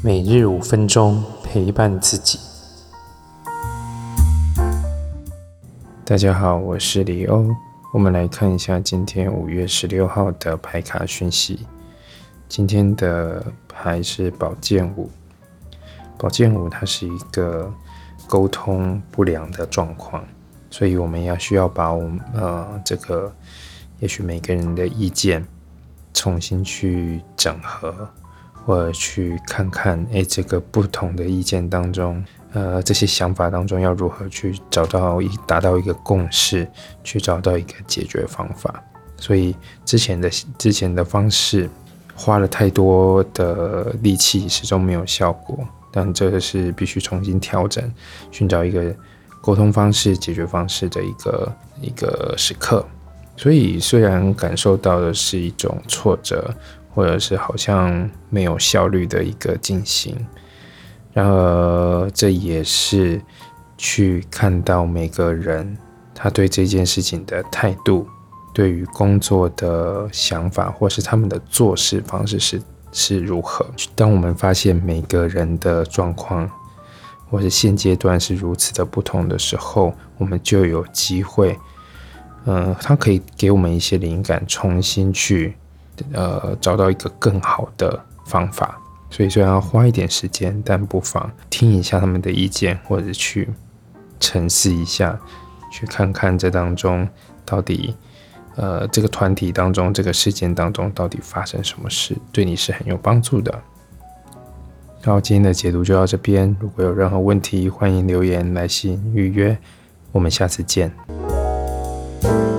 每日5分钟陪伴自己。大家好，我是李欧。我们来看一下今天5月16号的牌卡讯息。今天的牌是宝剑五。宝剑五它是一个沟通不良的状况，所以我们需要把这个也许每个人的意见重新去整合，或者去看看这个不同的意见当中这些想法当中要如何去达到一个共识，去找到一个解决方法。所以之前的方式花了太多的力气，始终没有效果，但这是必须重新调整，寻找一个沟通方式、解决方式的一个时刻。所以虽然感受到的是一种挫折，或者是好像没有效率的一个进行，然而这也是去看到每个人他对这件事情的态度，对于工作的想法，或是他们的做事方式是如何。当我们发现每个人的状况或是现阶段是如此的不同的时候，我们就有机会它可以给我们一些灵感，重新去找到一个更好的方法。所以虽然要花一点时间，但不妨听一下他们的意见，或者去沉思一下，去看看这当中到底这个团体当中，这个事件当中到底发生什么事，对你是很有帮助的。好，今天的解读就到这边，如果有任何问题，欢迎留言、来信预约，我们下次见。